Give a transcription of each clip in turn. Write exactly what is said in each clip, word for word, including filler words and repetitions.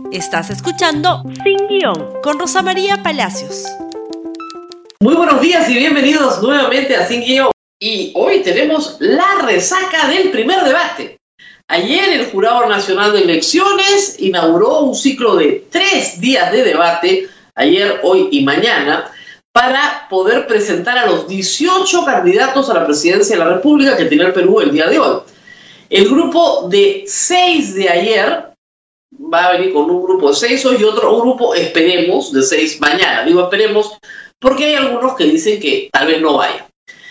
Estás escuchando Sin Guión con Rosa María Palacios. Muy buenos días y bienvenidos nuevamente a Sin Guión. Y hoy tenemos la resaca del primer debate. Ayer el Jurado Nacional de Elecciones inauguró un ciclo de tres días de debate, ayer, hoy y mañana, para poder presentar a los dieciocho candidatos a la presidencia de la República que tiene el Perú el día de hoy. El grupo de seis de ayer va a venir con un grupo de seis hoy y otro un grupo, esperemos, de seis mañana. Digo esperemos porque hay algunos que dicen que tal vez no vayan.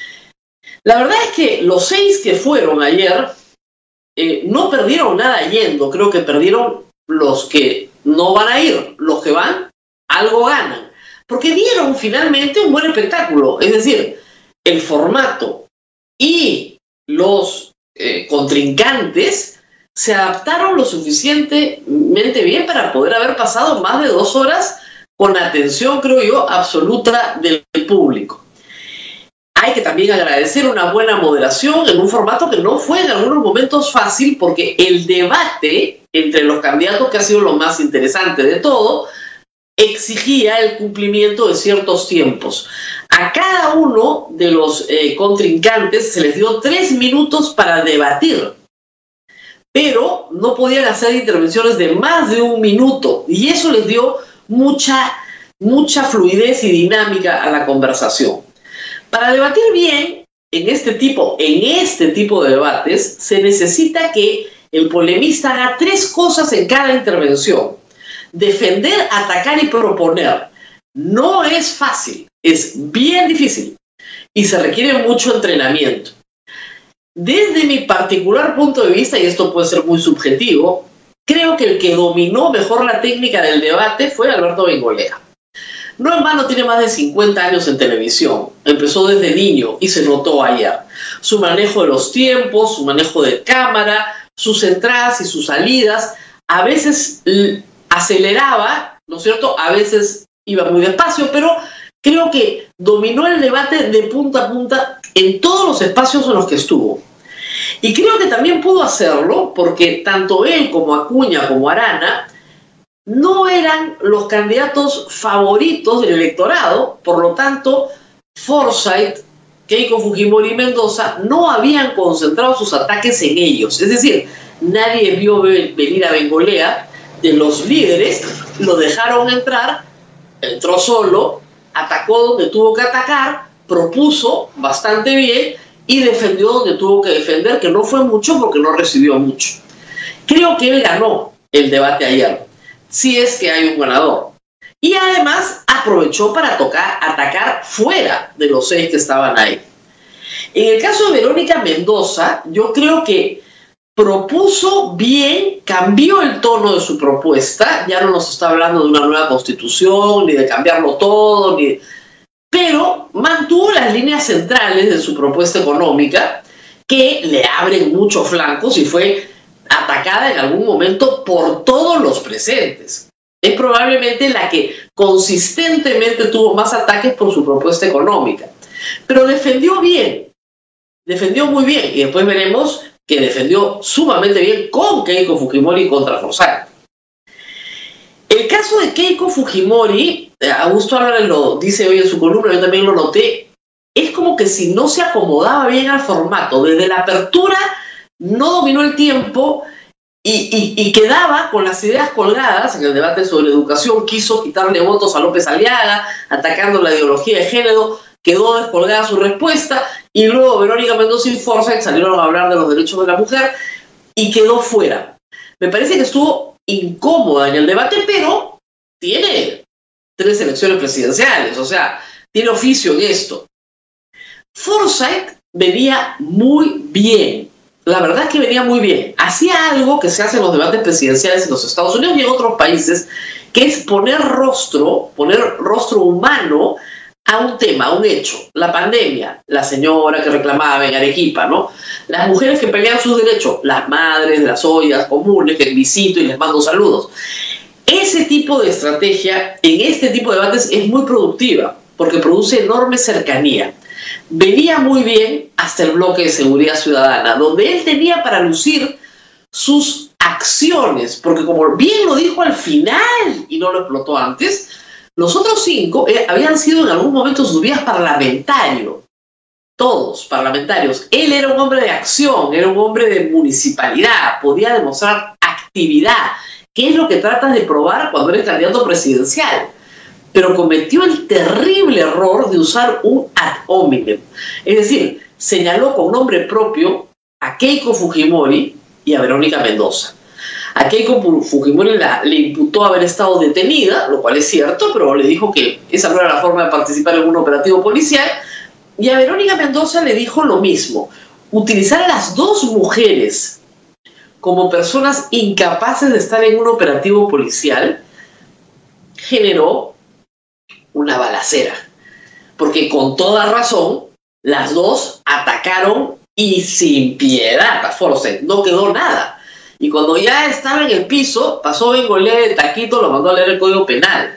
La verdad es que los seis que fueron ayer eh, no perdieron nada yendo. Creo que perdieron los que no van a ir. Los que van, algo ganan. Porque dieron finalmente un buen espectáculo. Es decir, el formato y los eh, contrincantes se adaptaron lo suficientemente bien para poder haber pasado más de dos horas con atención, creo yo, absoluta del público. Hay que también agradecer una buena moderación en un formato que no fue en algunos momentos fácil, porque el debate entre los candidatos, que ha sido lo más interesante de todo, exigía el cumplimiento de ciertos tiempos. A cada uno de los eh, contrincantes se les dio tres minutos para debatir, pero no podían hacer intervenciones de más de un minuto, y eso les dio mucha, mucha fluidez y dinámica a la conversación. Para debatir bien en este tipo, en este tipo de debates, se necesita que el polemista haga tres cosas en cada intervención: defender, atacar y proponer. No es fácil, es bien difícil y se requiere mucho entrenamiento. Desde mi particular punto de vista, y esto puede ser muy subjetivo, creo que el que dominó mejor la técnica del debate fue Alberto Bengolea. No en vano tiene más de cincuenta años en televisión, empezó desde niño y se notó ayer. Su manejo de los tiempos, su manejo de cámara, sus entradas y sus salidas, a veces aceleraba, ¿no es cierto? A veces iba muy despacio, pero creo que dominó el debate de punta a punta en todos los espacios en los que estuvo. Y creo que también pudo hacerlo porque tanto él como Acuña como Arana no eran los candidatos favoritos del electorado, por lo tanto, Forsyth, Keiko Fujimori y Mendoza no habían concentrado sus ataques en ellos. Es decir, nadie vio venir a Bengolea de los líderes, lo dejaron entrar, entró solo, atacó donde tuvo que atacar, propuso bastante bien y defendió donde tuvo que defender, que no fue mucho porque no recibió mucho. Creo que él ganó el debate ayer, si es que hay un ganador. Y además aprovechó para tocar, atacar fuera de los seis que estaban ahí. En el caso de Verónica Mendoza, yo creo que propuso bien, cambió el tono de su propuesta, ya no nos está hablando de una nueva constitución, ni de cambiarlo todo, ni... pero mantuvo las líneas centrales de su propuesta económica, que le abren muchos flancos y fue atacada en algún momento por todos los presentes. Es probablemente la que consistentemente tuvo más ataques por su propuesta económica. Pero defendió bien, defendió muy bien, y después veremos que defendió sumamente bien con Keiko Fujimori contra Forsyth. El caso de Keiko Fujimori, Augusto Álvarez lo dice hoy en su columna, yo también lo noté, es como que si no se acomodaba bien al formato. Desde la apertura no dominó el tiempo y, y, y quedaba con las ideas colgadas. En el debate sobre educación quiso quitarle votos a López Aliaga, atacando la ideología de género, quedó descolgada su respuesta, y luego Verónica Mendoza y Forsyth salieron a hablar de los derechos de la mujer y quedó fuera. Me parece que estuvo incómoda en el debate, pero tiene tres elecciones presidenciales, o sea, tiene oficio en esto. Forsyth venía muy bien, la verdad es que venía muy bien. Hacía algo que se hace en los debates presidenciales en los Estados Unidos y en otros países, que es poner rostro, poner rostro humano a un tema, a un hecho. La pandemia, la señora que reclamaba en Arequipa, ¿no? Las mujeres que pelean sus derechos, las madres de las ollas comunes que visito y les mando saludos. Ese tipo de estrategia en este tipo de debates es muy productiva porque produce enorme cercanía. Venía muy bien hasta el bloque de seguridad ciudadana, donde él tenía para lucir sus acciones, porque como bien lo dijo al final y no lo explotó antes, los otros cinco eh, habían sido en algún momento de sus vidas parlamentarios, todos parlamentarios. Él era un hombre de acción, era un hombre de municipalidad, podía demostrar actividad, que es lo que tratas de probar cuando eres candidato presidencial. Pero cometió el terrible error de usar un ad hominem, es decir, señaló con nombre propio a Keiko Fujimori y a Verónica Mendoza. A Keiko Fujimori la, le imputó haber estado detenida, lo cual es cierto, pero le dijo que esa no era la forma de participar en un operativo policial, y a Verónica Mendoza le dijo lo mismo. Utilizar a las dos mujeres como personas incapaces de estar en un operativo policial generó una balacera, porque con toda razón las dos atacaron y sin piedad a Forsyth, no quedó nada. Y cuando ya estaba en el piso, pasó Bengolea de taquito, lo mandó a leer el Código Penal.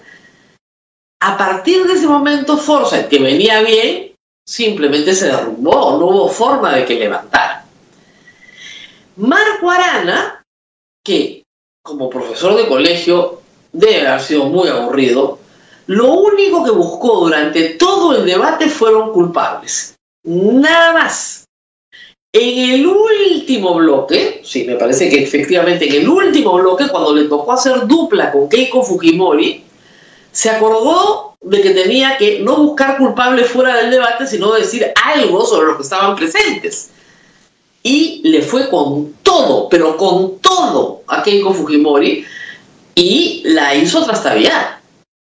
A partir de ese momento, Forsyth, que venía bien, simplemente se derrumbó, no hubo forma de que levantara. Marco Arana, que como profesor de colegio debe haber sido muy aburrido, lo único que buscó durante todo el debate fueron culpables. Nada más. En el último bloque, sí, me parece que efectivamente en el último bloque, cuando le tocó hacer dupla con Keiko Fujimori, se acordó de que tenía que no buscar culpables fuera del debate, sino decir algo sobre los que estaban presentes. Y le fue con todo, pero con todo a Keiko Fujimori y la hizo trastabillar.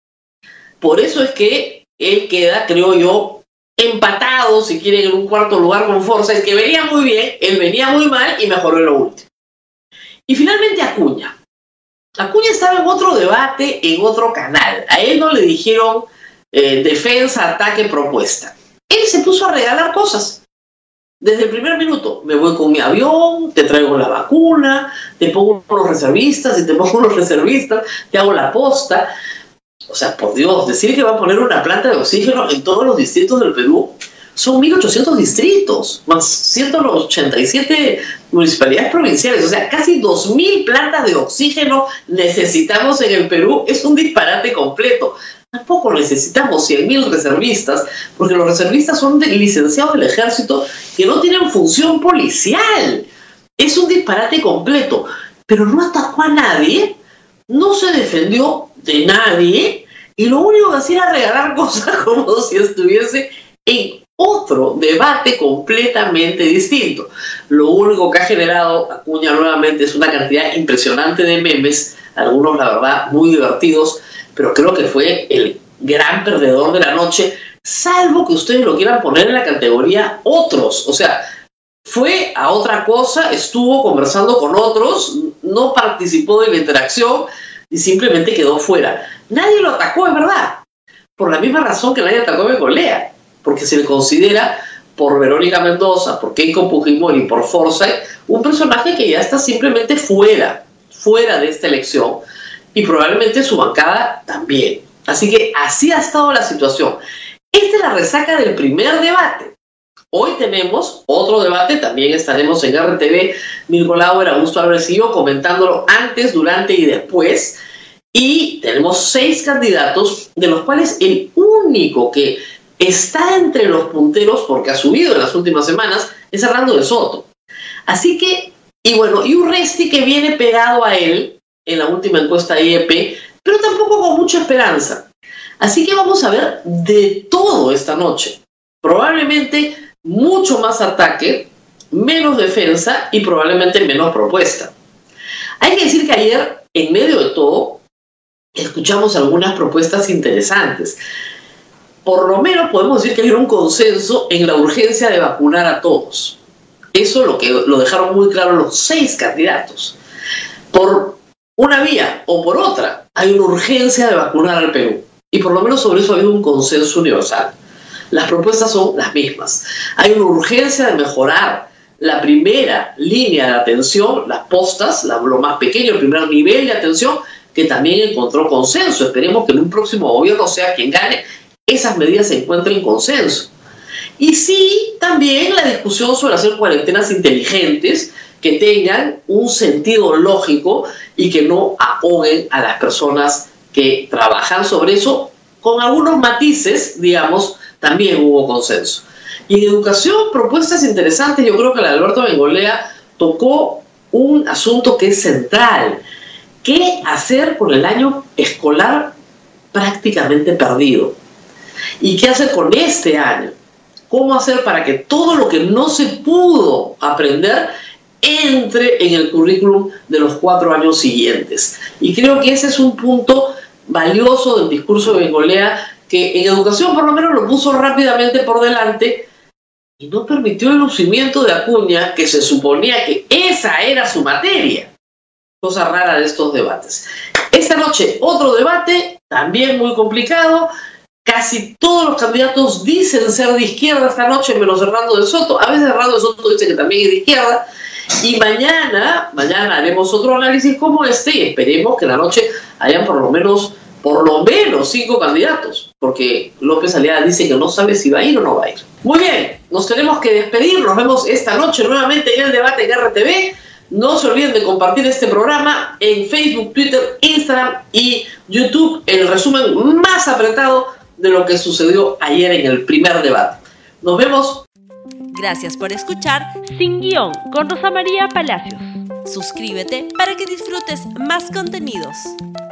Por eso es que él queda, creo yo, empatado, si quieren, en un cuarto lugar con Forsyth, que venía muy bien, él venía muy mal y mejoró en lo último. Y finalmente Acuña. Acuña estaba en otro debate, en otro canal. A él no le dijeron eh, defensa, ataque, propuesta. Él se puso a regalar cosas. Desde el primer minuto, me voy con mi avión, te traigo la vacuna, te pongo unos reservistas, y te pongo unos reservistas, te hago la posta. O sea, por Dios, decir que va a poner una planta de oxígeno en todos los distritos del Perú, son mil ochocientos distritos, más ciento ochenta y siete municipalidades provinciales, o sea, casi dos mil plantas de oxígeno necesitamos en el Perú, es un disparate completo. Tampoco necesitamos cien mil reservistas, porque los reservistas son de licenciados del ejército que no tienen función policial. Es un disparate completo, pero no atacó a nadie, no se defendió de nadie, y lo único que hacía era regalar cosas como si estuviese en otro debate completamente distinto. Lo único que ha generado Acuña nuevamente es una cantidad impresionante de memes, algunos la verdad muy divertidos, pero creo que fue el gran perdedor de la noche, salvo que ustedes lo quieran poner en la categoría otros. O sea, fue a otra cosa, estuvo conversando con otros, no participó de la interacción y simplemente quedó fuera. Nadie lo atacó, es verdad, por la misma razón que nadie atacó a Bengolea, porque se le considera, por Verónica Mendoza, por Keiko Fujimori y por Forsyth, un personaje que ya está simplemente fuera, fuera de esta elección, y probablemente su bancada también. Así que así ha estado la situación. Esta es la resaca del primer debate. Hoy tenemos otro debate, también estaremos en R T V, Mirko Lauer, Augusto Álvarez y yo, comentándolo antes, durante y después. Y tenemos seis candidatos, de los cuales el único que está entre los punteros, porque ha subido en las últimas semanas, es Hernando de Soto. Así que, y bueno, y Urresti, que viene pegado a él en la última encuesta I E P, pero tampoco con mucha esperanza. Así que vamos a ver de todo esta noche. Probablemente mucho más ataque, menos defensa y probablemente menos propuesta. Hay que decir que ayer, en medio de todo, escuchamos algunas propuestas interesantes. Por lo menos podemos decir que hay un consenso en la urgencia de vacunar a todos. Eso lo que lo dejaron muy claro los seis candidatos. Por una vía o por otra, hay una urgencia de vacunar al Perú. Y por lo menos sobre eso ha habido un consenso universal. Las propuestas son las mismas. Hay una urgencia de mejorar la primera línea de atención, las postas, la, lo más pequeño, el primer nivel de atención, que también encontró consenso. Esperemos que en un próximo gobierno, sea quien gane, esas medidas se encuentren en consenso. Y sí, también la discusión sobre hacer cuarentenas inteligentes, que tengan un sentido lógico y que no ahoguen a las personas que trabajan sobre eso. Con algunos matices, digamos, también hubo consenso. Y en educación, propuestas interesantes. Yo creo que la de Alberto Bengolea tocó un asunto que es central. ¿Qué hacer con el año escolar prácticamente perdido? ¿Y qué hacer con este año? ¿Cómo hacer para que todo lo que no se pudo aprender entre en el currículum de los cuatro años siguientes? Y creo que ese es un punto valioso del discurso de Bengolea, que en educación por lo menos lo puso rápidamente por delante y no permitió el lucimiento de Acuña, que se suponía que esa era su materia. Cosa rara de estos debates. Esta noche otro debate, también muy complicado. Casi todos los candidatos dicen ser de izquierda esta noche, menos Hernando de Soto. A veces Hernando de Soto dice que también es de izquierda. Y mañana, mañana haremos otro análisis como este y esperemos que en la noche hayan por lo menos, por lo menos cinco candidatos. Porque López Aliaga dice que no sabe si va a ir o no va a ir. Muy bien, nos tenemos que despedir. Nos vemos esta noche nuevamente en el debate en R T V. No se olviden de compartir este programa en Facebook, Twitter, Instagram y YouTube. El resumen más apretado de lo que sucedió ayer en el primer debate. Nos vemos. Gracias por escuchar Sin Guión con Rosa María Palacios. Suscríbete para que disfrutes más contenidos.